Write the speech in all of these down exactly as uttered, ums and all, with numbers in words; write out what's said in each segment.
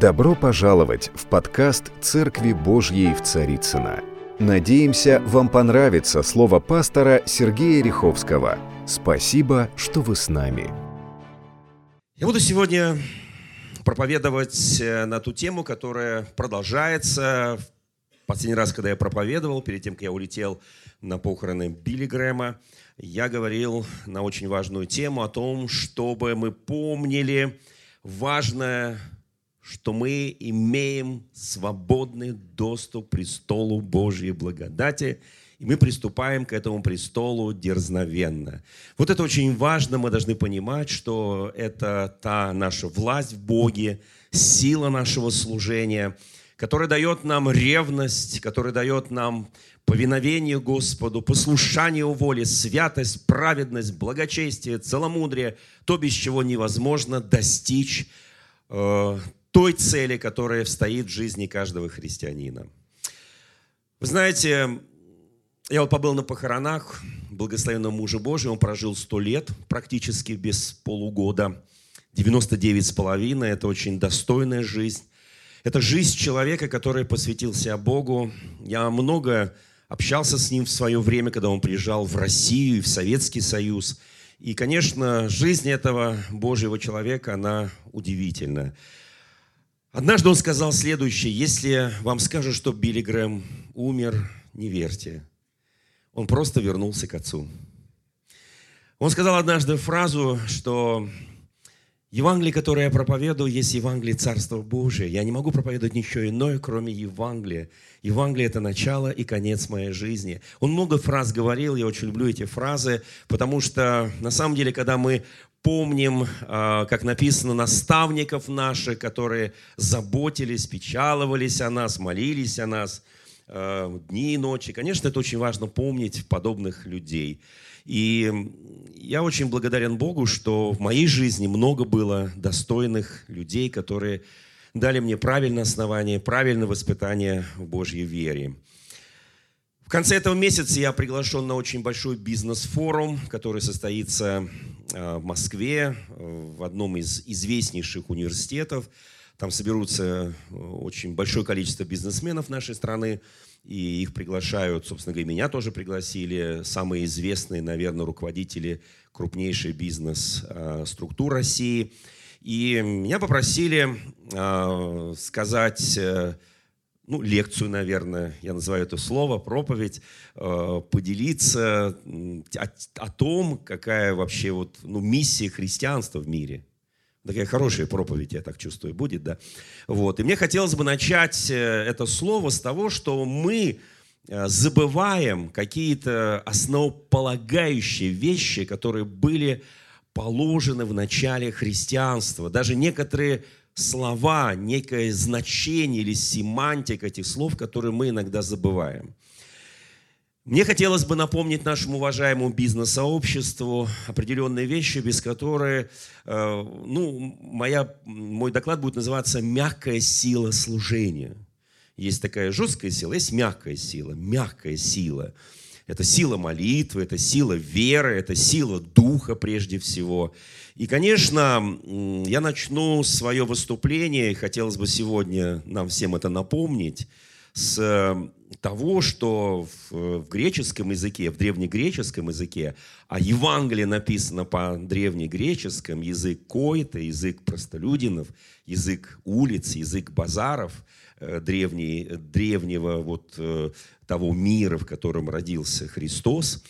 Добро пожаловать в подкаст «Церкви Божьей в Царицыно». Надеемся, вам понравится слово пастора Сергея Риховского. Спасибо, что вы с нами. Я буду сегодня проповедовать на ту тему, которая продолжается. Последний раз, когда я проповедовал, перед тем, как я улетел на похороны Билли Грэма, я говорил на очень важную тему о том, чтобы мы помнили важное, что мы имеем свободный доступ к престолу Божьей благодати, и мы приступаем к этому престолу дерзновенно. Вот это очень важно, мы должны понимать, что это та наша власть в Боге, сила нашего служения, которая дает нам ревность, которая дает нам повиновение Господу, послушание воле, святость, праведность, благочестие, целомудрие, то, без чего невозможно достичь э, той цели, которая стоит в жизни каждого христианина. Вы знаете, я вот побыл на похоронах благословенного мужа Божия, он прожил сто лет, практически без полугода, девяносто девять с половиной, это очень достойная жизнь. Это жизнь человека, который посвятил себя Богу. Я много общался с ним в свое время, когда он приезжал в Россию и в Советский Союз. И, конечно, жизнь этого Божьего человека, она удивительна. Однажды он сказал следующее: если вам скажут, что Билли Грэм умер, не верьте. Он просто вернулся к Отцу. Он сказал однажды фразу, что Евангелие, которое я проповедую, есть Евангелие Царства Божия. Я не могу проповедовать ничего иное, кроме Евангелия. Евангелие – это начало и конец моей жизни. Он много фраз говорил, я очень люблю эти фразы, потому что на самом деле, когда мы помним, как написано, наставников наших, которые заботились, печаловались о нас, молились о нас дни и ночи. Конечно, это очень важно помнить подобных людей. И я очень благодарен Богу, что в моей жизни много было достойных людей, которые дали мне правильное основание, правильное воспитание в Божьей вере. В конце этого месяца я приглашен на очень большой бизнес-форум, который состоится в Москве, в одном из известнейших университетов. Там соберутся очень большое количество бизнесменов нашей страны, и их приглашают, собственно говоря, меня тоже пригласили, самые известные, наверное, руководители крупнейших бизнес-структур России. И меня попросили сказать, ну, лекцию, наверное, я называю это слово, проповедь, поделиться о, о том, какая вообще вот, ну, миссия христианства в мире. Такая хорошая проповедь, я так чувствую, будет, да. Вот. И мне хотелось бы начать это слово с того, что мы забываем какие-то основополагающие вещи, которые были положены в начале христианства. Даже некоторые слова, некое значение или семантика этих слов, которые мы иногда забываем. Мне хотелось бы напомнить нашему уважаемому бизнес-сообществу определенные вещи, без которых, э, ну, моя, мой доклад будет называться «Мягкая сила служения». Есть такая жесткая сила, есть мягкая сила. Мягкая сила – это сила молитвы, это сила веры, это сила духа прежде всего. И, конечно, я начну свое выступление, и хотелось бы сегодня нам всем это напомнить, с того, что в, в греческом языке, в древнегреческом языке, а Евангелие написано по-древнегреческом, язык койта, язык простолюдинов, язык улиц, язык базаров э, древний, древнего вот, э, того мира, в котором родился Христос,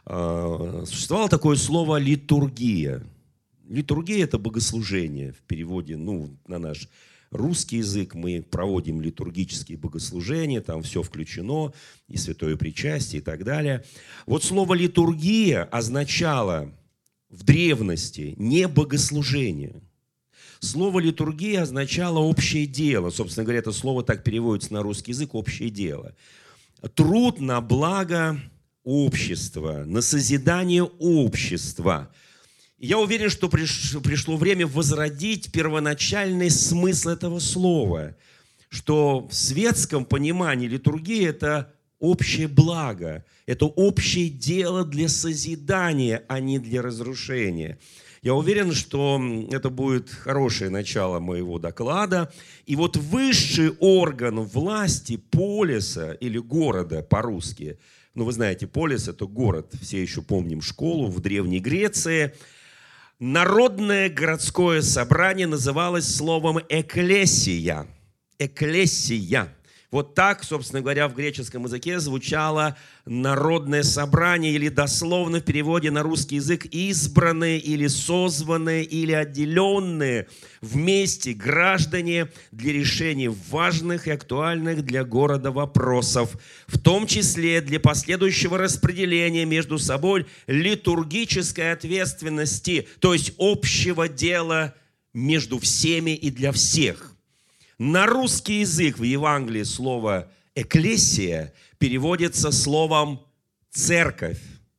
э, существовало такое слово «литургия». Литургия – это богослужение в переводе, ну, на наш русский язык, мы проводим литургические богослужения, там все включено, и святое причастие, и так далее. Вот слово «литургия» означало в древности не богослужение. Слово «литургия» означало общее дело. Собственно говоря, это слово так переводится на русский язык – общее дело. Труд на благо общества, на созидание общества. Я уверен, что пришло время возродить первоначальный смысл этого слова, что в светском понимании литургия – это общее благо, это общее дело для созидания, а не для разрушения. Я уверен, что это будет хорошее начало моего доклада. И вот высший орган власти полиса или города по-русски, ну вы знаете, полис – это город, все еще помним школу в Древней Греции. Народное городское собрание называлось словом «экклесия». «Экклесия». Вот так, собственно говоря, в греческом языке звучало народное собрание, или дословно в переводе на русский язык избранные или созванные или отделенные вместе граждане для решения важных и актуальных для города вопросов, в том числе для последующего распределения между собой литургической ответственности, то есть общего дела между всеми и для всех. На русский язык в Евангелии слово «экклесия» переводится словом «церковь».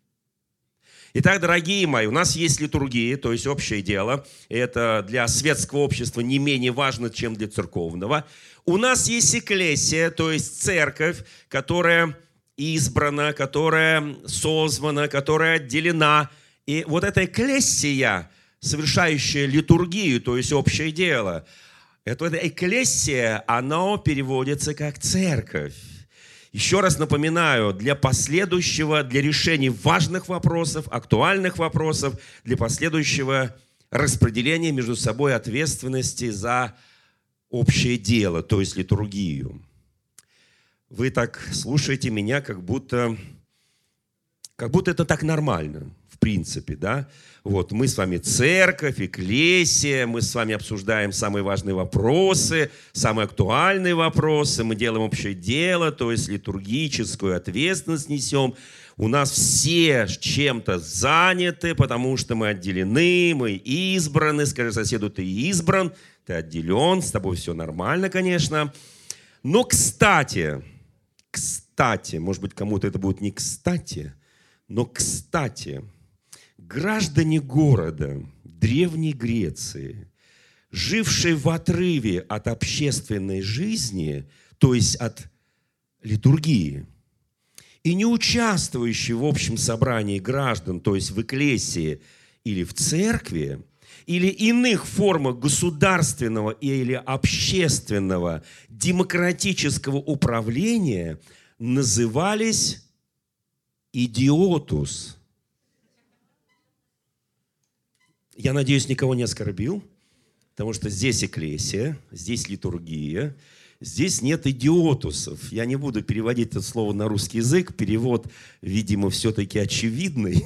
Итак, дорогие мои, у нас есть литургия, то есть общее дело. Это для светского общества не менее важно, чем для церковного. У нас есть экклесия, то есть церковь, которая избрана, которая созвана, которая отделена. И вот эта экклесия, совершающая литургию, то есть общее дело, это экклесия, оно переводится как церковь. Еще раз напоминаю, для последующего, для решения важных вопросов, актуальных вопросов, для последующего распределения между собой ответственности за общее дело, то есть литургию. Вы так слушаете меня, как будто, как будто это так нормально, в принципе, да? Вот, мы с вами церковь, экклесия, мы с вами обсуждаем самые важные вопросы, самые актуальные вопросы, мы делаем общее дело, то есть литургическую ответственность несем. У нас все чем-то заняты, потому что мы отделены, мы избраны. Скажи соседу, ты избран, ты отделен, с тобой все нормально, конечно. Но, кстати, кстати, может быть, кому-то это будет не кстати, но, кстати, граждане города Древней Греции, жившие в отрыве от общественной жизни, то есть от литургии, и не участвующие в общем собрании граждан, то есть в экклесии или в церкви, или иных формах государственного или общественного демократического управления, назывались идиотус. Я надеюсь, никого не оскорбил, потому что здесь экклесия, здесь литургия, здесь нет идиотусов. Я не буду переводить это слово на русский язык, перевод, видимо, все-таки очевидный.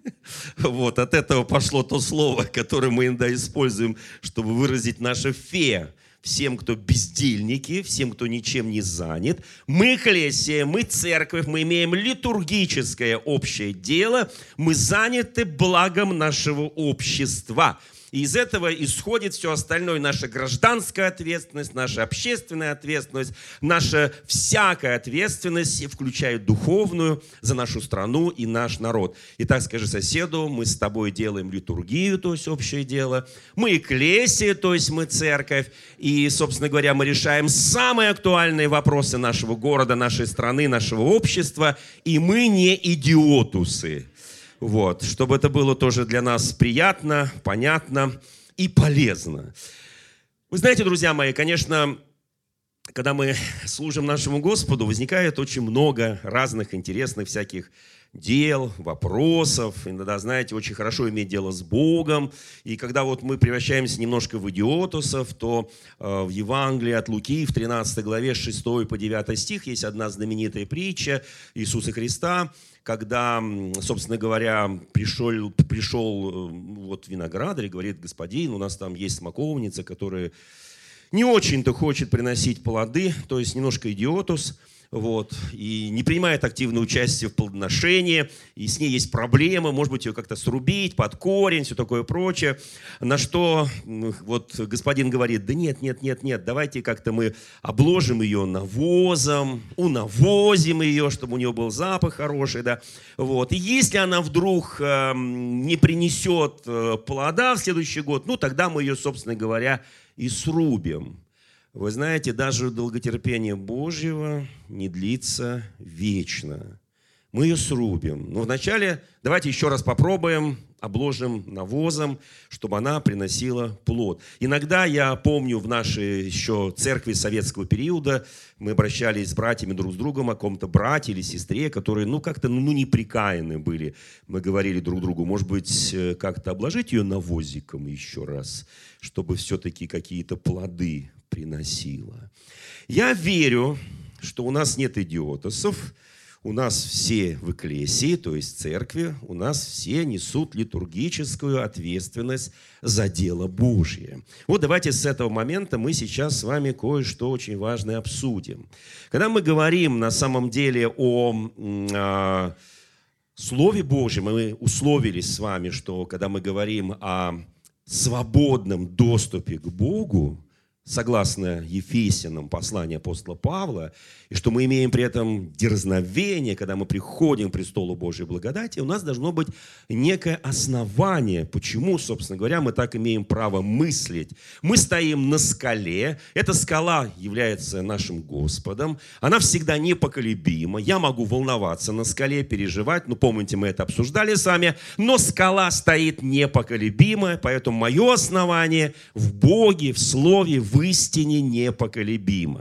Вот, от этого пошло то слово, которое мы иногда используем, чтобы выразить наше «фе». Всем, кто бездельники, всем, кто ничем не занят. Мы экклесия, мы церковь, мы имеем литургическое общее дело, мы заняты благом нашего общества. И из этого исходит все остальное, наша гражданская ответственность, наша общественная ответственность, наша всякая ответственность, включая духовную, за нашу страну и наш народ. Итак, скажи соседу, мы с тобой делаем литургию, то есть общее дело, мы экклесия, то есть мы церковь, и, собственно говоря, мы решаем самые актуальные вопросы нашего города, нашей страны, нашего общества, и мы не идиотусы. Вот, чтобы это было тоже для нас приятно, понятно и полезно. Вы знаете, друзья мои, конечно, когда мы служим нашему Господу, возникает очень много разных интересных всяких дел, вопросов. Иногда, знаете, очень хорошо иметь дело с Богом. И когда вот мы превращаемся немножко в идиотусов, то э, в Евангелии от Луки в тринадцатой главе с шестого по девятый стих есть одна знаменитая притча Иисуса Христа, когда, собственно говоря, пришел, пришел вот виноградарь и говорит: господин, у нас там есть смоковница, которая не очень-то хочет приносить плоды, то есть немножко идиотус, вот, и не принимает активное участие в плодоношении, и с ней есть проблемы, может быть, ее как-то срубить под корень, все такое прочее. На что вот господин говорит: да нет, нет, нет, нет, давайте как-то мы обложим ее навозом, унавозим ее, чтобы у нее был запах хороший, да, вот. И если она вдруг э, не принесет э, плода в следующий год, ну, тогда мы ее, собственно говоря, и срубим. Вы знаете, даже долготерпение Божьего не длится вечно. мы ее срубим. Но вначале давайте еще раз попробуем, обложим навозом, чтобы она приносила плод. Иногда, я помню, в нашей еще церкви советского периода мы обращались с братьями друг с другом о каком-то брате или сестре, которые, ну, как-то, ну, неприкаянны были. Мы говорили друг другу, может быть, как-то обложить ее навозиком еще раз, чтобы все-таки какие-то плоды приносила. Я верю, что у нас нет идиотосов, у нас все в экклесии, то есть в церкви, у нас все несут литургическую ответственность за дело Божье. Вот давайте с этого момента мы сейчас с вами кое-что очень важное обсудим. Когда мы говорим на самом деле о, о Слове Божьем, мы условились с вами, что когда мы говорим о свободном доступе к Богу, согласно Ефесянам, посланию апостола Павла, и что мы имеем при этом дерзновение, когда мы приходим к престолу Божьей благодати, у нас должно быть некое основание, почему, собственно говоря, мы так имеем право мыслить. Мы стоим на скале, эта скала является нашим Господом, она всегда непоколебима, я могу волноваться на скале, переживать, ну, помните, мы это обсуждали с вами, но скала стоит непоколебимая, поэтому мое основание в Боге, в Слове, в истине непоколебимо.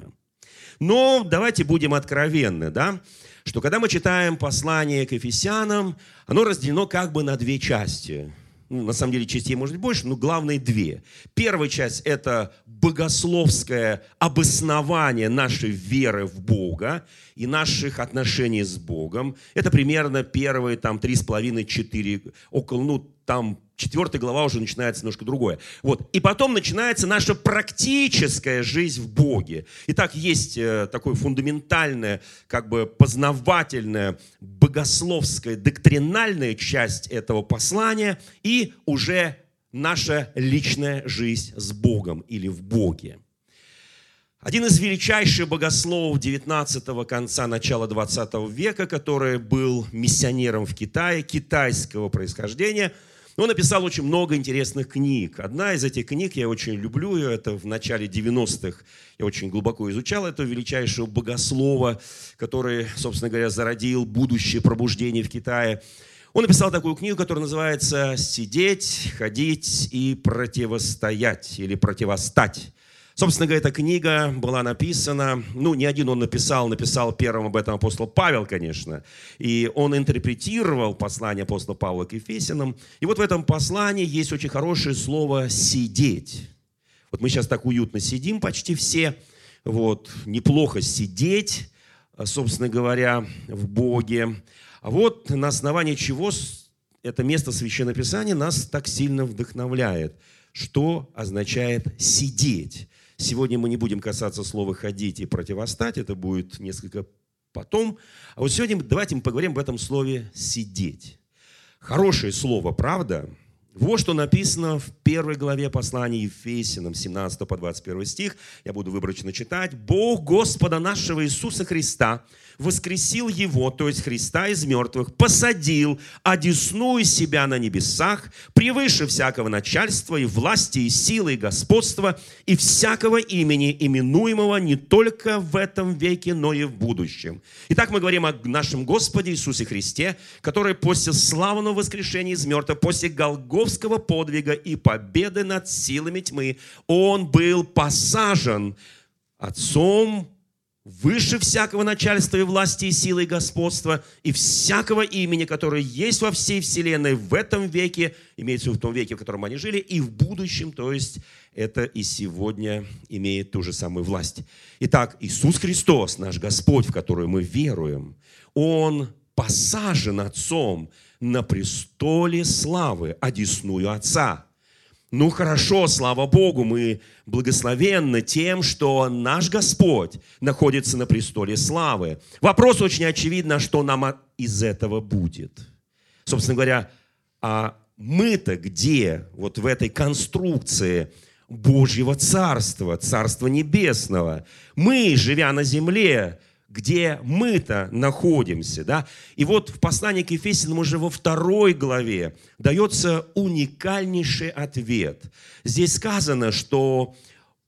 Но давайте будем откровенны, да, что когда мы читаем послание к Ефесянам, оно разделено как бы на две части. Ну, на самом деле частей может быть больше, но главные две. Первая часть – это богословское обоснование нашей веры в Бога и наших отношений с Богом. Это примерно первые там три с половиной четыре, около, ну, там четвертая глава уже начинается немножко другое. Вот. И потом начинается наша практическая жизнь в Боге. Итак, есть э, такое фундаментальное, как бы познавательная, богословская, доктринальная часть этого послания и уже наша личная жизнь с Богом или в Боге. Один из величайших богословов девятнадцатого, конца, начала двадцатого века, который был миссионером в Китае, китайского происхождения, он написал очень много интересных книг. Одна из этих книг, я очень люблю ее, это в начале девяностых, я очень глубоко изучал этого величайшего богослова, который, собственно говоря, зародил будущее пробуждение в Китае. Он написал такую книгу, которая называется «Сидеть, ходить и противостоять» или «Противостать». Собственно говоря, эта книга была написана, ну, не один он написал, написал первым об этом апостол Павел, конечно, и он интерпретировал послание апостола Павла к Ефесянам. И вот в этом послании есть очень хорошее слово «сидеть». Вот мы сейчас так уютно сидим почти все, вот, неплохо сидеть, собственно говоря, в Боге. А вот на основании чего это место Священного Писания нас так сильно вдохновляет. Что означает «сидеть»? Сегодня мы не будем касаться слова «ходить» и «противостать», это будет несколько потом. А вот сегодня давайте мы поговорим об этом слове «сидеть». Хорошее слово, правда? Вот что написано в первой главе послания Ефесянам, семнадцатый по двадцать первый стих. Я буду выборочно читать. «Бог Господа нашего Иисуса Христа воскресил Его, то есть Христа из мертвых, посадил, одесную себя на небесах, превыше всякого начальства и власти, и силы, и господства, и всякого имени, именуемого не только в этом веке, но и в будущем». Итак, мы говорим о нашем Господе Иисусе Христе, который после славного воскрешения из мертвых, после голгофского подвига и победы над силами тьмы, Он был посажен Отцом выше всякого начальства и власти, и силы, и господства, и всякого имени, которое есть во всей вселенной в этом веке, имеется в виду в том веке, в котором они жили, и в будущем, то есть это и сегодня имеет ту же самую власть. Итак, Иисус Христос, наш Господь, в который мы веруем, Он посажен Отцом на престоле славы, одесную Отца. Ну хорошо, слава Богу, мы благословенны тем, что наш Господь находится на престоле славы. Вопрос очень очевидно, что нам из этого будет. Собственно говоря, а мы-то где вот в этой конструкции Божьего Царства, Царства Небесного? Мы, живя на земле, где мы-то находимся, да? И вот в послании к Ефесянам уже во второй главе дается уникальнейший ответ. Здесь сказано, что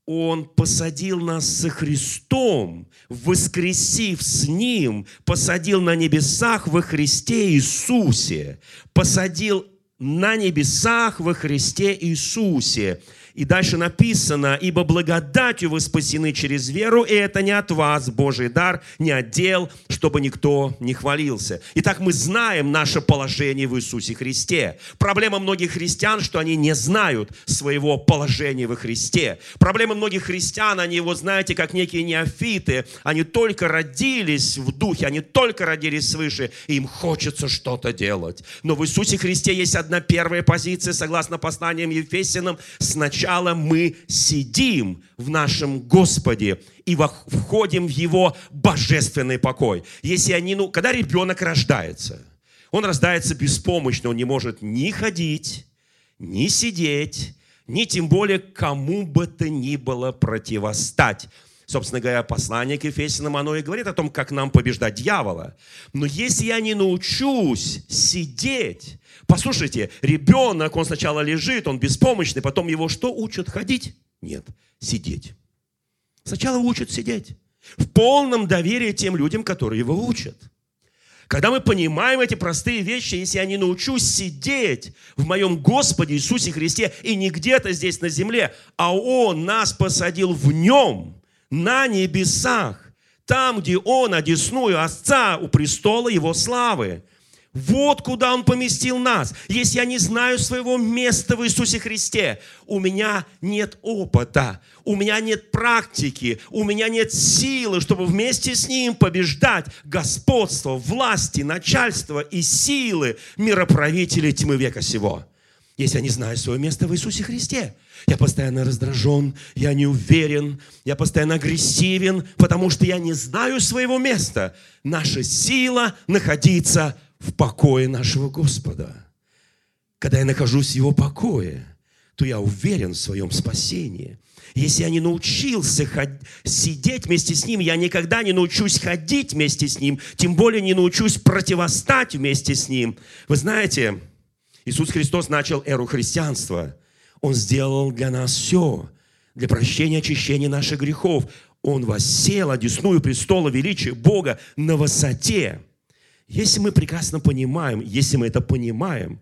Он посадил нас со Христом, воскресив с Ним, посадил на небесах во Христе Иисусе, посадил на небесах во Христе Иисусе. И дальше написано: «Ибо благодатью вы спасены через веру, и это не от вас, Божий дар, не от дел, чтобы никто не хвалился». Итак, мы знаем наше положение в Иисусе Христе. Проблема многих христиан, что они не знают своего положения во Христе. Проблема многих христиан, они его, знаете, как некие неофиты. Они только родились в духе, они только родились свыше, и им хочется что-то делать. Но в Иисусе Христе есть одна первая позиция, согласно посланиям Ефесянам: сначала мы сидим в нашем Господе и входим в Его божественный покой. Если они, ну, когда ребенок рождается, он рождается беспомощно, он не может ни ходить, ни сидеть, ни тем более кому бы то ни было противостать. Собственно говоря, послание к Ефесянам, оно и говорит о том, как нам побеждать дьявола. Но если я не научусь сидеть... Послушайте, ребенок, он сначала лежит, он беспомощный, потом его что учат? Ходить? Нет, сидеть. Сначала учат сидеть. В полном доверии тем людям, которые его учат. Когда мы понимаем эти простые вещи, если я не научусь сидеть в моем Господе Иисусе Христе, и не где-то здесь на земле, а Он нас посадил в Нем, на небесах, там, где Он одесную Отца у престола Его славы. Вот куда Он поместил нас. Если я не знаю своего места в Иисусе Христе, у меня нет опыта, у меня нет практики, у меня нет силы, чтобы вместе с Ним побеждать господство, власти, начальство и силы мироправителей тьмы века сего. Если я не знаю свое место в Иисусе Христе, я постоянно раздражен, я не уверен, я постоянно агрессивен, потому что я не знаю своего места. Наша сила находиться в покое нашего Господа. Когда я нахожусь в Его покое, то я уверен в своем спасении. Если я не научился ход... сидеть вместе с Ним, я никогда не научусь ходить вместе с Ним, тем более не научусь противостать вместе с Ним. Вы знаете, Иисус Христос начал эру христианства. Он сделал для нас все, для прощения и очищения наших грехов. Он воссел одесную престола величия Бога на высоте. Если мы прекрасно понимаем, если мы это понимаем,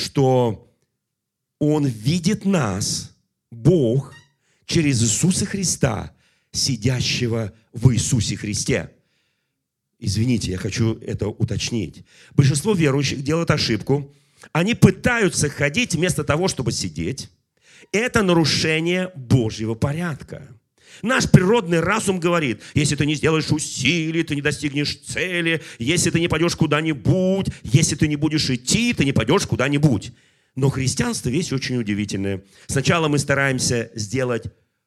что Он видит нас, Бог, через Иисуса Христа, сидящего в Иисусе Христе. Извините, я хочу это уточнить. Большинство верующих делают ошибку. Они пытаются ходить вместо того, чтобы сидеть. Это нарушение Божьего порядка. Наш природный разум говорит: если ты не сделаешь усилий, ты не достигнешь цели, если ты не пойдешь куда-нибудь, если ты не будешь идти, ты не пойдешь куда-нибудь. Но христианство вещь очень удивительная. Сначала мы стараемся сделать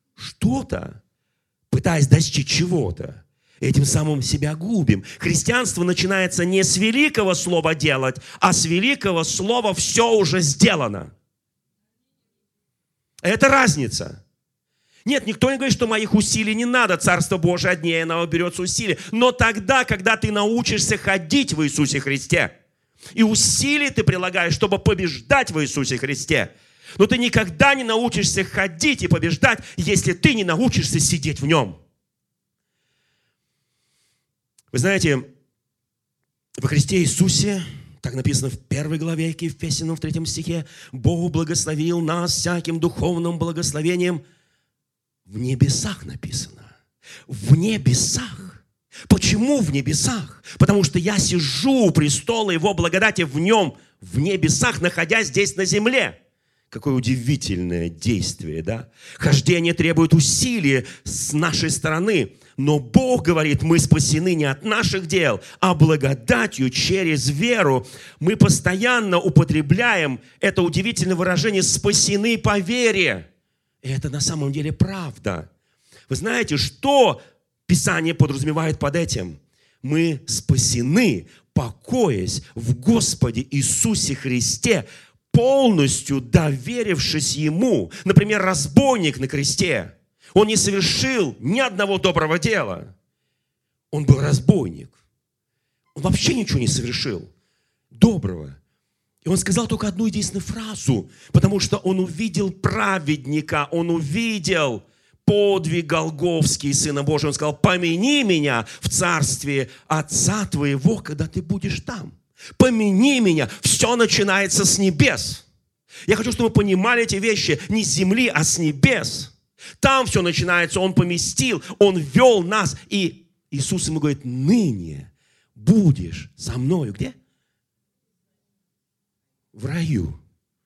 что-то, пытаясь достичь чего-то. Этим самым себя губим. Христианство начинается не с великого слова «делать», а с великого слова «все уже сделано». Это разница. Нет, никто не говорит, что моих усилий не надо. Царство Божие от дней оно берется усилий. Но тогда, когда ты научишься ходить в Иисусе Христе, и усилий ты прилагаешь, чтобы побеждать в Иисусе Христе, но ты никогда не научишься ходить и побеждать, если ты не научишься сидеть в Нем. Вы знаете, во Христе Иисусе, так написано в первой главе к Ефесянам, в третьем стихе, Бог благословил нас всяким духовным благословением. В небесах написано. В небесах. Почему в небесах? Потому что я сижу у престола Его благодати в Нем, в небесах, находясь здесь на земле. Какое удивительное действие, да? Хождение требует усилий с нашей стороны. Но Бог говорит, мы спасены не от наших дел, а благодатью через веру. Мы постоянно употребляем это удивительное выражение «спасены по вере». И это на самом деле правда. Вы знаете, что Писание подразумевает под этим? Мы спасены, покоясь в Господе Иисусе Христе, полностью доверившись Ему. Например, разбойник на кресте. Он не совершил ни одного доброго дела. Он был разбойник. Он вообще ничего не совершил доброго. И он сказал только одну единственную фразу, потому что он увидел праведника, он увидел подвиг Голгофский Сына Божьего. Он сказал: помяни меня в царстве Отца твоего, когда ты будешь там. Помяни меня. Все начинается с небес. Я хочу, чтобы вы понимали эти вещи не с земли, а с небес. Там все начинается. Он поместил, Он вел нас. И Иисус ему говорит: ныне будешь со мною. Где? В раю.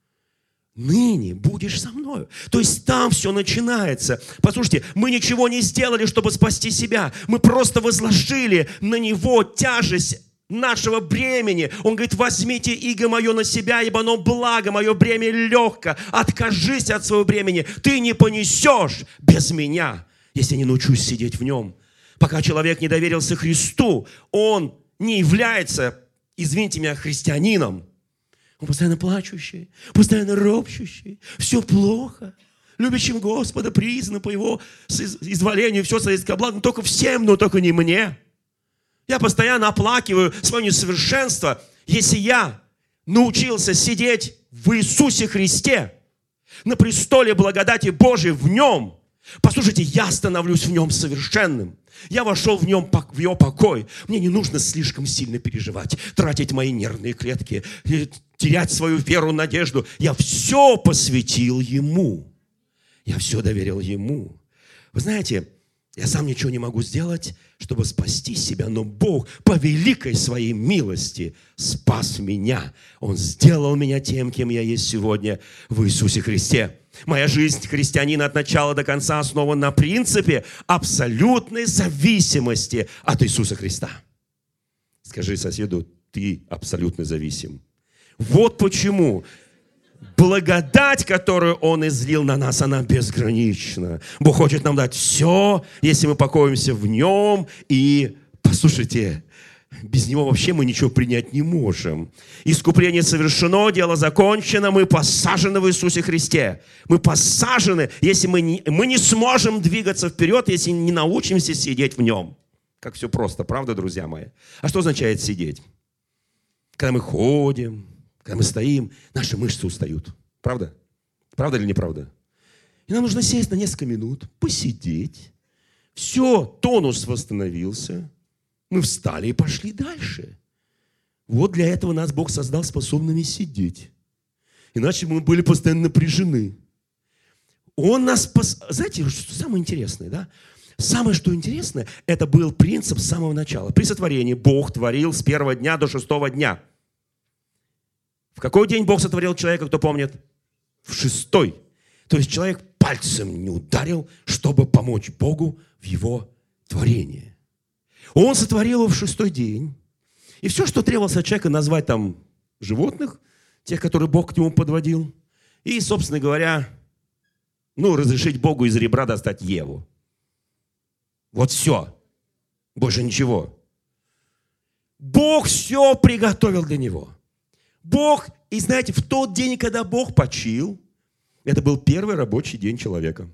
Ныне будешь со мною. То есть там все начинается. Послушайте, мы ничего не сделали, чтобы спасти себя. Мы просто возложили на Него тяжесть нашего бремени. Он говорит: возьмите иго мое на себя, ибо оно благо, мое бремя легко. Откажись от своего бремени. Ты не понесешь без меня, если не научусь сидеть в нем. Пока человек не доверился Христу, он не является, извините меня, христианином. Он постоянно плачущий, постоянно ропщущий, все плохо. Любящим Господа, признано по Его изволению, все советское благо, но только всем, но только не мне. Я постоянно оплакиваю свое несовершенство, если я научился сидеть в Иисусе Христе, на престоле благодати Божией в Нем. Послушайте, я становлюсь в Нем совершенным. Я вошел в Нем, в Его покой. Мне не нужно слишком сильно переживать, тратить мои нервные клетки, терять свою веру, надежду. Я все посвятил Ему. Я все доверил Ему. Вы знаете, я сам ничего не могу сделать, чтобы спасти себя, но Бог по великой своей милости спас меня. Он сделал меня тем, кем я есть сегодня в Иисусе Христе. Моя жизнь христианина от начала до конца основана на принципе абсолютной зависимости от Иисуса Христа. Скажи соседу: ты абсолютно зависим. Вот почему благодать, которую Он излил на нас, она безгранична. Бог хочет нам дать все, если мы покоимся в Нем. И, послушайте, без Него вообще мы ничего принять не можем. Искупление совершено, дело закончено, мы посажены в Иисусе Христе. Мы посажены, если мы не, мы не сможем двигаться вперед, если не научимся сидеть в Нем. Как все просто, правда, друзья мои? А что означает сидеть? Когда мы ходим, когда мы стоим, наши мышцы устают. Правда? Правда или неправда? И нам нужно сесть на несколько минут, посидеть. Все, тонус восстановился. Мы встали и пошли дальше. Вот для этого нас Бог создал способными сидеть. Иначе мы были постоянно напряжены. Он нас... Пос... Знаете, что самое интересное, да? Самое, что интересное, это был принцип с самого начала. При сотворении Бог творил с первого дня до шестого дня. В какой день Бог сотворил человека, кто помнит? В шестой. То есть человек пальцем не ударил, чтобы помочь Богу в его творении. Он сотворил его в шестой день. И все, что требовалось от человека, назвать там животных, тех, которые Бог к нему подводил. И, собственно говоря, ну, разрешить Богу из ребра достать Еву. Вот все. Больше ничего. Бог все приготовил для него. Бог, и знаете, в тот день, когда Бог почил, это был первый рабочий день человека.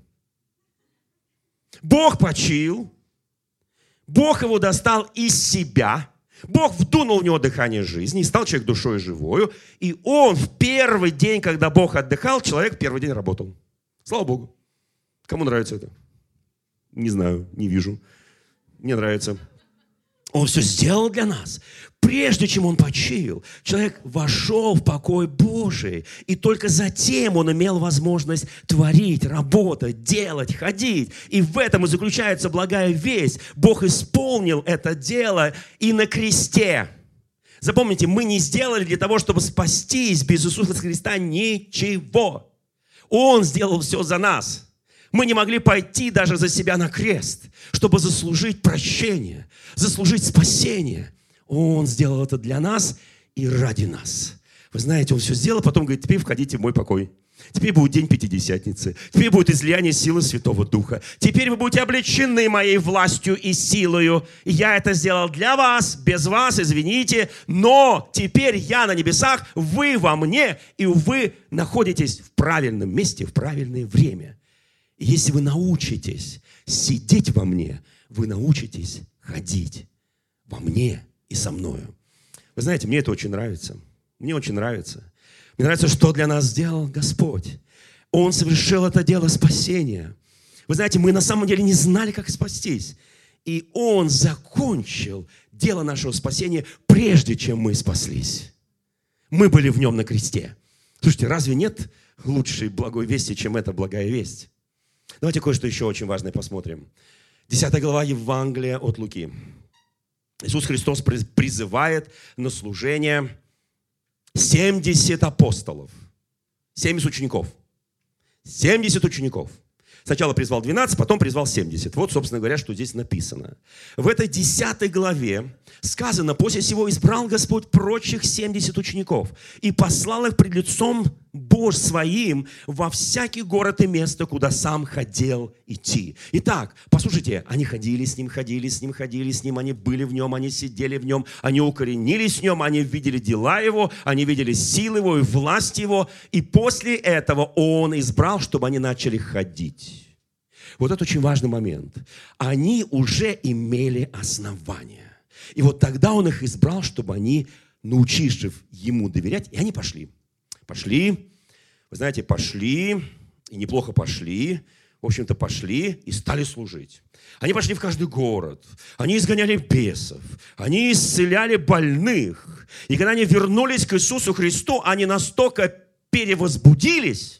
Бог почил, Бог его достал из себя, Бог вдунул в него дыхание жизни, и стал человек душой живою, и он в первый день, когда Бог отдыхал, человек в первый день работал. Слава Богу. Кому нравится это? Не знаю, не вижу. Мне нравится. Он все сделал для нас. Прежде чем он почил, человек вошел в покой Божий. И только затем он имел возможность творить, работать, делать, ходить. И в этом и заключается благая весть. Бог исполнил это дело и на кресте. Запомните, мы не сделали для того, чтобы спастись без Иисуса Христа ничего. Он сделал все за нас. Мы не могли пойти даже за себя на крест, чтобы заслужить прощение, заслужить спасение. Он сделал это для нас и ради нас. Вы знаете, Он все сделал, потом говорит: теперь входите в мой покой. Теперь будет день Пятидесятницы. Теперь будет излияние силы Святого Духа. Теперь вы будете облечены моей властью и силою. И я это сделал для вас, без вас, извините. Но теперь я на небесах, вы во мне, и вы находитесь в правильном месте, в правильное время. И если вы научитесь сидеть во мне, вы научитесь ходить во мне и со мною. Вы знаете, мне это очень нравится. Мне очень нравится. Мне нравится, что для нас сделал Господь. Он совершил это дело спасения. Вы знаете, мы на самом деле не знали, как спастись. И Он закончил дело нашего спасения, прежде чем мы спаслись. Мы были в Нем на кресте. Слушайте, разве нет лучшей благой вести, чем эта благая весть? Давайте кое-что еще очень важное посмотрим. Десятая глава Евангелия от Луки. Иисус Христос призывает на служение семьдесят апостолов, семьдесят учеников. семьдесят учеников. Сначала призвал двенадцать, потом призвал семьдесят. Вот, собственно говоря, что здесь написано. В этой десятой главе сказано: «После сего избрал Господь прочих семьдесят учеников и послал их пред лицом Божьим своим во всякий город и место, куда сам хотел идти». Итак, послушайте, они ходили с Ним, ходили с Ним, ходили с Ним, они были в Нем, они сидели в Нем, они укоренились в Нем, они видели дела Его, они видели силы Его и власть Его, и после этого Он избрал, чтобы они начали ходить. Вот это очень важный момент. Они уже имели основания. И вот тогда Он их избрал, чтобы они, научившись Ему доверять, и они пошли. Пошли, вы знаете, пошли, и неплохо пошли, в общем-то, пошли и стали служить. Они пошли в каждый город, они изгоняли бесов, они исцеляли больных. И когда они вернулись к Иисусу Христу, они настолько перевозбудились.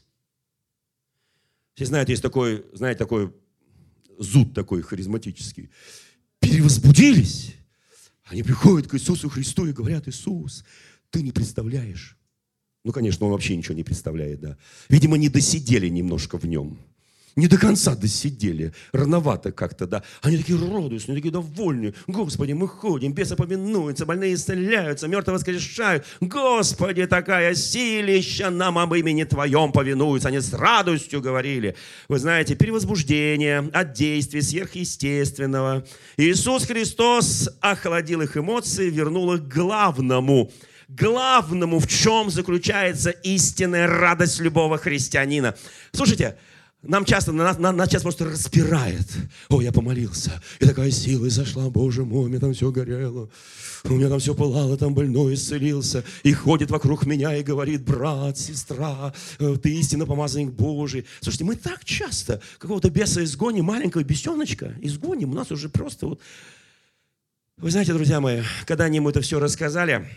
Все знают, есть такой, знаете, такой зуд такой харизматический. Перевозбудились. Они приходят к Иисусу Христу и говорят: Иисус, Ты не представляешь. Ну, конечно, Он вообще ничего не представляет, да. Видимо, не досидели немножко в Нем. Не до конца досидели. Рановато как-то, да. Они такие радостные, они такие довольные. Господи, мы ходим, бесы поминуются, больные исцеляются, мертвые воскрешают. Господи, такая силища нам об имени Твоем повинуются. Они с радостью говорили. Вы знаете, перевозбуждение от действий сверхъестественного. Иисус Христос охладил их эмоции, вернул их к главному. Главному, в чем заключается истинная радость любого христианина. Слушайте, нам часто, нас, нас часто просто распирает. О, я помолился, и такая сила зашла, Боже мой, у меня там все горело, у меня там все пылало, там больной исцелился, и ходит вокруг меня и говорит: брат, сестра, ты истинно помазанник Божий. Слушайте, мы так часто какого-то беса изгоним, маленького бесеночка изгоним, у нас уже просто вот... Вы знаете, друзья мои, когда они ему это все рассказали,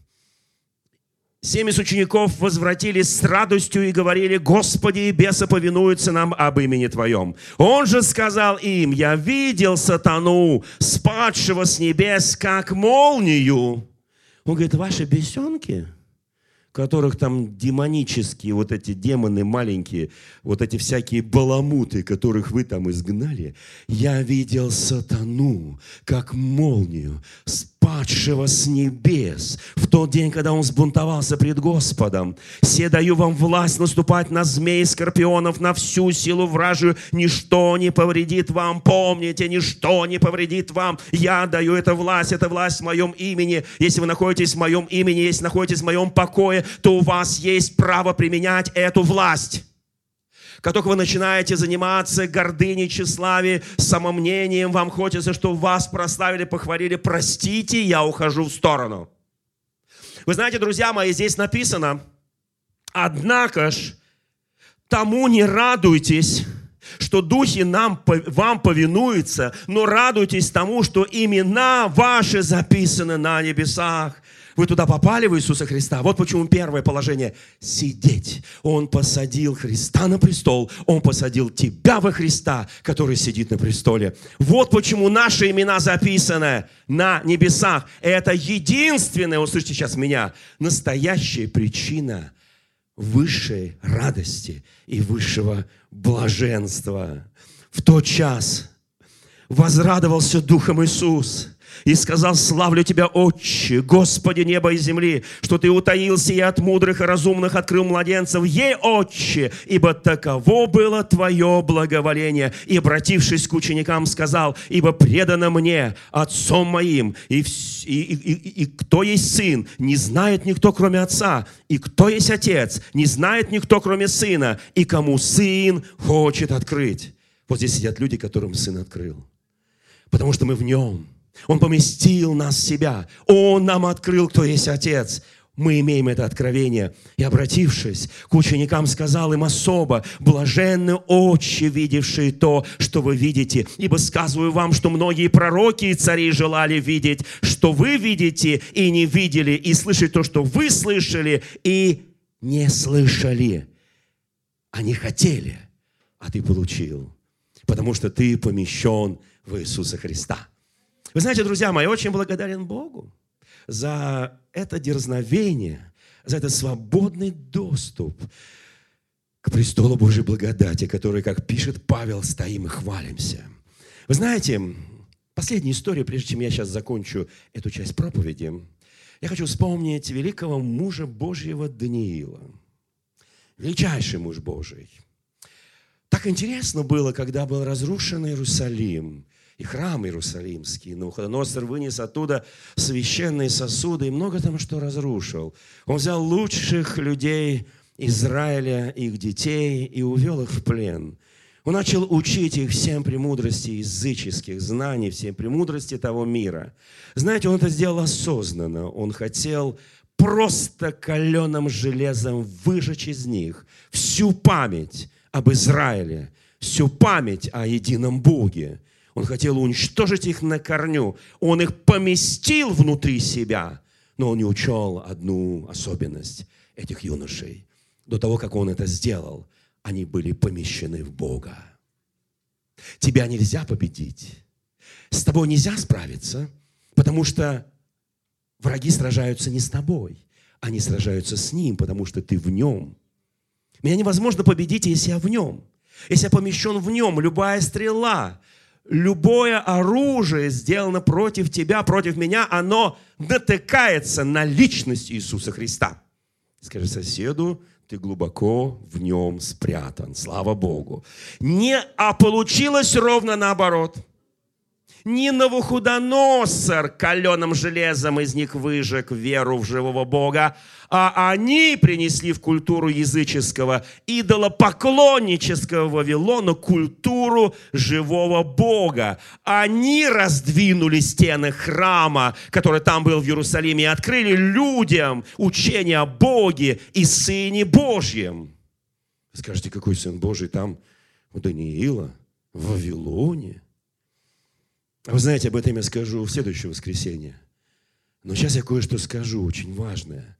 семьдесят учеников возвратились с радостью и говорили: Господи, и бесы повинуются нам об имени Твоем. Он же сказал им: я видел сатану, спадшего с небес, как молнию. Он говорит: ваши бесенки, которых там демонические, вот эти демоны маленькие, вот эти всякие баламуты, которых вы там изгнали, я видел сатану, как молнию, спадшего с небес, в тот день, когда он сбунтовался пред Господом. Се даю вам власть наступать на змей и скорпионов, на всю силу вражию, ничто не повредит вам. Помните, ничто не повредит вам. Я даю эту власть, это власть в моем имени. Если вы находитесь в моем имени, если находитесь в моем покое, то у вас есть право применять эту власть. Как только вы начинаете заниматься гордыней, тщеславием, самомнением, вам хочется, чтобы вас прославили, похвалили, простите, я ухожу в сторону. Вы знаете, друзья мои, здесь написано: однако ж тому не радуйтесь, что духи нам, вам повинуются, но радуйтесь тому, что имена ваши записаны на небесах. Вы туда попали, в Иисуса Христа. Вот почему первое положение – сидеть. Он посадил Христа на престол. Он посадил тебя во Христа, который сидит на престоле. Вот почему наши имена записаны на небесах. Это единственная, услышьте сейчас меня, настоящая причина высшей радости и высшего блаженства. В тот час возрадовался Духом Иисус и сказал: славлю Тебя, Отче, Господи неба и земли, что Ты утаился и от мудрых и разумных открыл младенцев. Ей, Отче, ибо таково было Твое благоволение. И, обратившись к ученикам, сказал: ибо предано мне Отцом моим, и, и, и, и, и кто есть Сын, не знает никто, кроме Отца, и кто есть Отец, не знает никто, кроме Сына, и кому Сын хочет открыть. Вот здесь сидят люди, которым Сын открыл, потому что мы в Нем. Он поместил нас в себя. Он нам открыл, кто есть Отец. мы имеем это откровение. И, обратившись к ученикам, сказал им особо: блаженны очи, видевшие то, что вы видите. Ибо сказываю вам, что многие пророки и цари желали видеть, что вы видите и не видели, и слышать то, что вы слышали и не слышали. Они хотели, а ты получил, потому что ты помещен в Иисуса Христа. Вы знаете, друзья мои, я очень благодарен Богу за это дерзновение, за этот свободный доступ к престолу Божьей благодати, который, как пишет Павел, стоим и хвалимся. Вы знаете, последняя история, прежде чем я сейчас закончу эту часть проповеди, я хочу вспомнить великого мужа Божьего Даниила, величайший муж Божий. Так интересно было, когда был разрушен Иерусалим, и храм Иерусалимский. Навуходоносор вынес оттуда священные сосуды и много там что разрушил. Он взял лучших людей Израиля, их детей, и увел их в плен. Он начал учить их всем премудрости языческих знаний, всем премудрости того мира. Знаете, он это сделал осознанно. Он хотел просто каленым железом выжечь из них всю память об Израиле, всю память о едином Боге. Он хотел уничтожить их на корню. Он их поместил внутри себя, но он не учел одну особенность этих юношей. До того, как он это сделал, они были помещены в Бога. Тебя нельзя победить. С тобой нельзя справиться, потому что враги сражаются не с тобой. Они сражаются с Ним, потому что ты в Нем. Меня невозможно победить, если я в Нем. Если я помещен в Нем, любая стрела, любое оружие, сделано против тебя, против меня, оно натыкается на личность Иисуса Христа. Скажи соседу: ты глубоко в нем спрятан. Слава Богу. Не, а получилось ровно наоборот. Не Навуходоносор каленым железом из них выжег веру в живого Бога, а они принесли в культуру языческого, идолопоклоннического Вавилона культуру живого Бога. Они раздвинули стены храма, который там был в Иерусалиме, и открыли людям учение о Боге и Сыне Божьем. Вы скажете: какой Сын Божий там у Даниила, в Вавилоне? А вы знаете, об этом я скажу в следующее воскресенье. Но сейчас я кое-что скажу, очень важное.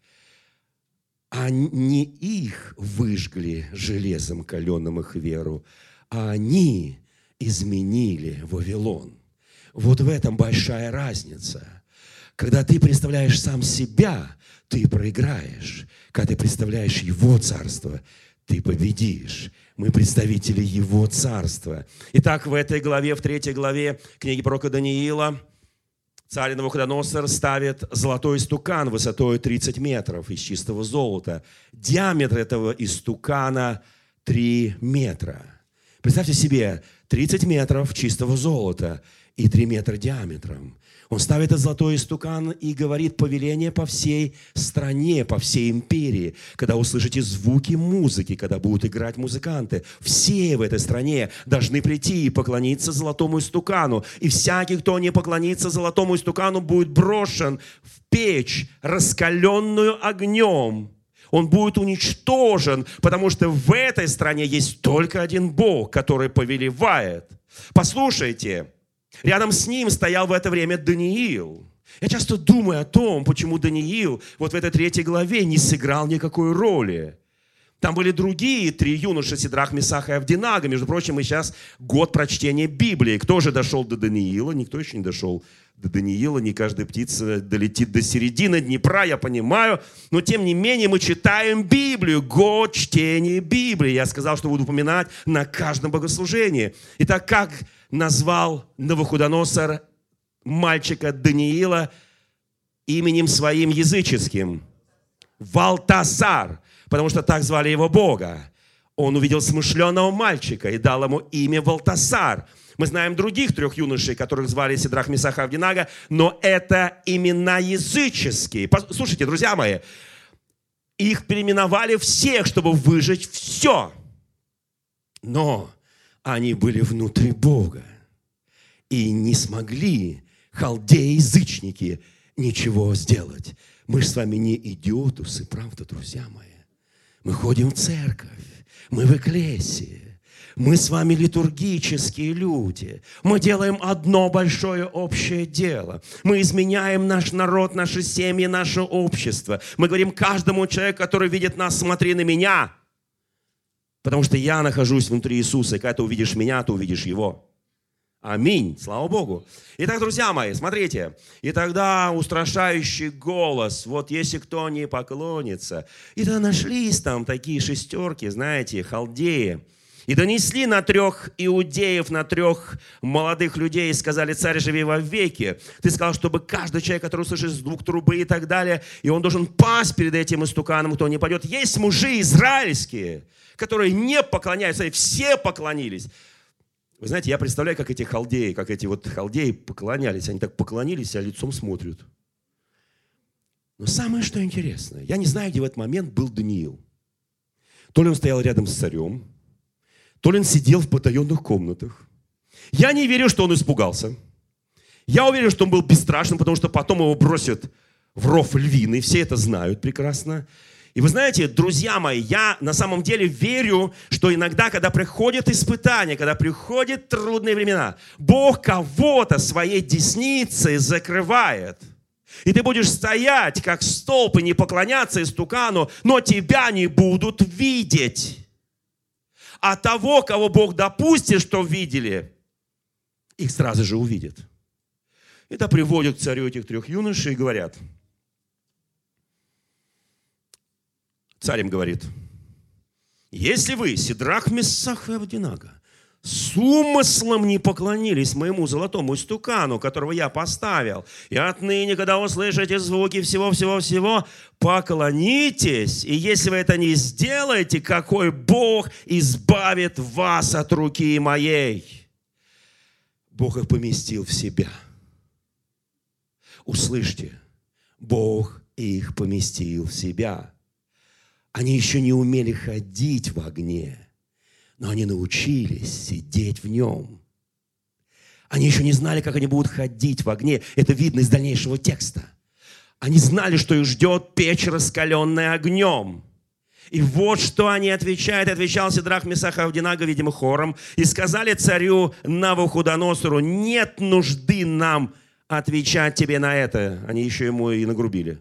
А не их выжгли железом каленым их веру, а они изменили Вавилон. Вот в этом большая разница. Когда ты представляешь сам себя, ты проиграешь. Когда ты представляешь Его царство, ты победишь. Мы представители Его царства. Итак, в этой главе, в третьей главе книги пророка Даниила, царь Навуходоносор ставит золотой истукан высотой тридцать метров из чистого золота. Диаметр этого истукана три метра. Представьте себе, тридцать метров чистого золота и три метра диаметром. Он ставит этот золотой истукан и говорит повеление по всей стране, по всей империи. Когда услышите звуки музыки, когда будут играть музыканты, все в этой стране должны прийти и поклониться золотому истукану. И всякий, кто не поклонится золотому истукану, будет брошен в печь, раскаленную огнем. Он будет уничтожен, потому что в этой стране есть только один Бог, который повелевает. Послушайте. Рядом с ним стоял в это время Даниил. Я часто думаю о том, почему Даниил вот в этой третьей главе не сыграл никакой роли. Там были другие три юноши, Сидрах, Месах и Авдинага. Между прочим, мы сейчас год прочтения Библии. Кто же дошел до Даниила? Никто еще не дошел до Даниила. Не каждая птица долетит до середины Днепра, я понимаю. Но, тем не менее, мы читаем Библию. Год чтения Библии. Я сказал, что буду упоминать на каждом богослужении. Итак, как назвал Навуходоносор мальчика Даниила именем своим языческим? Валтасар, потому что так звали его Бога. Он увидел смышленого мальчика и дал ему имя Валтасар. Мы знаем других трех юношей, которых звали Сидрах, Месах и Авдинага, но это имена языческие. Слушайте, друзья мои, их переименовали всех, чтобы выжечь все. Но они были внутри Бога и не смогли халдеи-язычники ничего сделать. Мы же с вами не идиотусы, правда, друзья мои? Мы ходим в церковь, мы в экклесии. Мы с вами литургические люди. Мы делаем одно большое общее дело. Мы изменяем наш народ, наши семьи, наше общество. Мы говорим каждому человеку, который видит нас: смотри на меня. Потому что я нахожусь внутри Иисуса, и когда ты увидишь меня, ты увидишь Его. Аминь. Слава Богу. Итак, друзья мои, смотрите. И тогда устрашающий голос: вот если кто не поклонится. И тогда нашлись там такие шестерки, знаете, халдеи. И донесли на трех иудеев, на трех молодых людей, и сказали: царь, живи во веки. Ты сказал, чтобы каждый человек, который услышит звук трубы и так далее, и он должен пасть перед этим истуканом, кто не пойдет. Есть мужи израильские, которые не поклоняются, и все поклонились. Вы знаете, я представляю, как эти халдеи, как эти вот халдеи поклонялись. Они так поклонились, а лицом смотрят. Но самое, что интересно, я не знаю, где в этот момент был Даниил. То ли он стоял рядом с царем, то ли он сидел в потаенных комнатах. Я не верю, что он испугался. Я уверен, что он был бесстрашным, потому что потом его бросят в ров львиный. Все это знают прекрасно. И вы знаете, друзья мои, я на самом деле верю, что иногда, когда приходят испытания, когда приходят трудные времена, Бог кого-то своей десницей закрывает. И ты будешь стоять, как столб, и не поклоняться истукану, но тебя не будут видеть. А того, кого Бог допустит, что видели, их сразу же увидят. Это приводят к царю этих трех юношей и говорят. Царь им говорит: если вы, Сидрах, Месах и Авденаго, с умыслом не поклонились моему золотому истукану, которого я поставил, и отныне, когда услышите звуки всего-всего-всего, поклонитесь, и если вы это не сделаете, какой Бог избавит вас от руки моей? Бог их поместил в себя. Услышьте, Бог их поместил в себя. Они еще не умели ходить в огне, но они научились сидеть в нем. Они еще не знали, как они будут ходить в огне. Это видно из дальнейшего текста. Они знали, что их ждет печь, раскаленная огнем. И вот что они отвечают. Отвечал Сидрах, Месах и Авденаго, видимо, хором. И сказали царю Навуходоносору: нет нужды нам отвечать тебе на это. Они еще ему и нагрубили.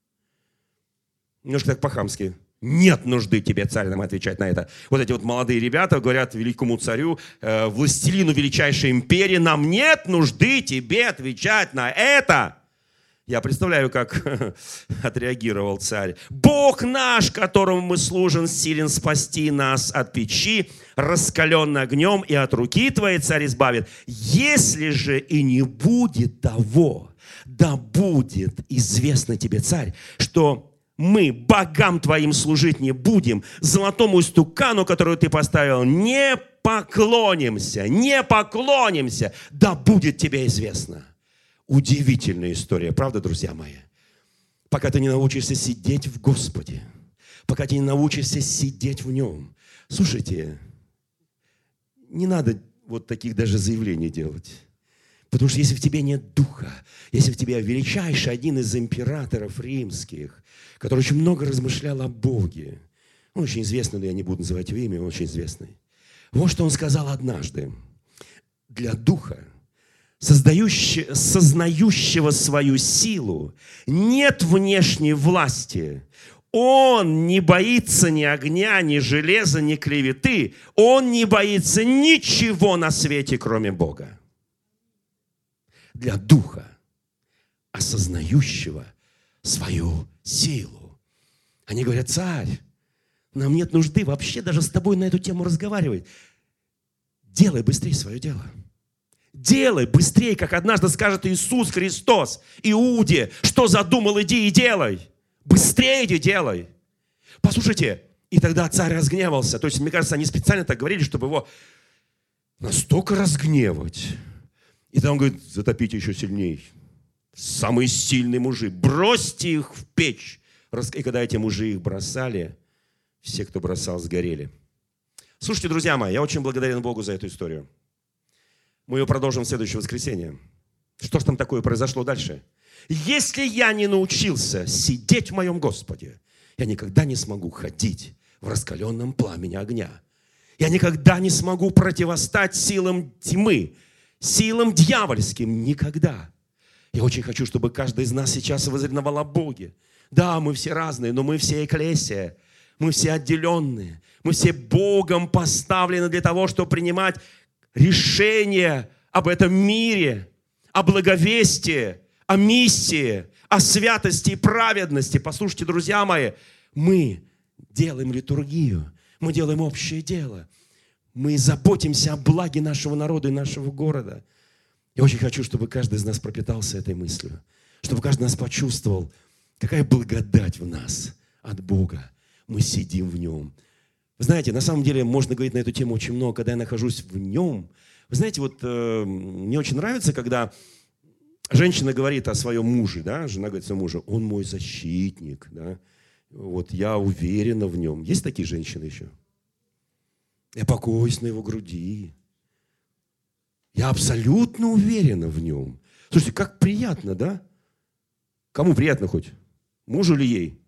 Немножко так по-хамски. Нет нужды тебе, царь, нам отвечать на это. Вот эти вот молодые ребята говорят великому царю, э, властелину величайшей империи: нам нет нужды тебе отвечать на это. Я представляю, как отреагировал царь. Бог наш, которому мы служим, силен спасти нас от печи, раскаленной огнем, и от руки твоей царь избавит. Если же и не будет того, да будет известно тебе, царь, что мы богам твоим служить не будем, золотому истукану, которого ты поставил, не поклонимся, не поклонимся, да будет тебе известно. Удивительная история, правда, друзья мои? Пока ты не научишься сидеть в Господе, пока ты не научишься сидеть в Нем. Слушайте, не надо вот таких даже заявлений делать. Потому что если в тебе нет духа, если в тебе величайший один из императоров римских, который очень много размышлял о Боге, он очень известный, но я не буду называть его имя, он очень известный. Вот что он сказал однажды. Для духа, создающего, сознающего свою силу, нет внешней власти. Он не боится ни огня, ни железа, ни клеветы. Он не боится ничего на свете, кроме Бога. Для духа, осознающего свою силу. Они говорят: царь, нам нет нужды вообще даже с тобой на эту тему разговаривать. Делай быстрее свое дело. Делай быстрее, как однажды скажет Иисус Христос Иуде: что задумал, иди и делай. Быстрее иди делай. Послушайте, и тогда царь разгневался. То есть, мне кажется, они специально так говорили, чтобы его настолько разгневать. И там он говорит: затопите еще сильнее. Самые сильные мужи, бросьте их в печь. И когда эти мужи их бросали, все, кто бросал, сгорели. Слушайте, друзья мои, я очень благодарен Богу за эту историю. Мы ее продолжим в следующее воскресенье. Что же там такое произошло дальше? Если я не научился сидеть в моем Господе, я никогда не смогу ходить в раскаленном пламени огня. Я никогда не смогу противостать силам тьмы, силам дьявольским. Никогда. Я очень хочу, чтобы каждый из нас сейчас возревновал о Боге. Да, мы все разные, но мы все экклесия. Мы все отделенные. Мы все Богом поставлены для того, чтобы принимать решения об этом мире, о благовестии, о миссии, о святости и праведности. Послушайте, друзья мои, мы делаем литургию, мы делаем общее дело. Мы заботимся о благе нашего народа и нашего города. Я очень хочу, чтобы каждый из нас пропитался этой мыслью, чтобы каждый из нас почувствовал, какая благодать в нас от Бога. Мы сидим в Нем. Вы знаете, на самом деле можно говорить на эту тему очень много, когда я нахожусь в Нем. Вы знаете, вот э, мне очень нравится, когда женщина говорит о своем муже, да, жена говорит о своем муже, он мой защитник, да, вот я уверена в нем. Есть такие женщины еще? Я покоюсь на его груди. Я абсолютно уверена в нем. Слушайте, как приятно, да? Кому приятно хоть? Мужу или ей?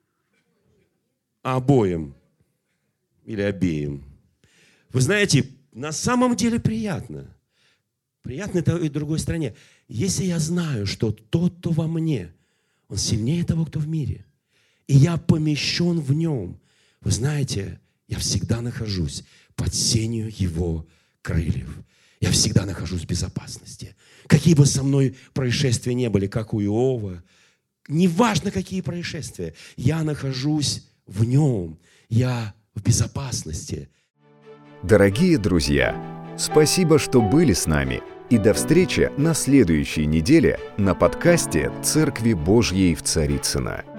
Обоим. Или обеим. Вы знаете, на самом деле приятно. Приятно это и в другой стране. Если я знаю, что тот, кто во мне, он сильнее того, кто в мире, и я помещен в нем, вы знаете, я всегда нахожусь под сенью его крыльев. Я всегда нахожусь в безопасности. Какие бы со мной происшествия не были, как у Иова, неважно, какие происшествия, я нахожусь в нем, я в безопасности. Дорогие друзья, спасибо, что были с нами. И до встречи на следующей неделе на подкасте «Церкви Божьей в Царицыно».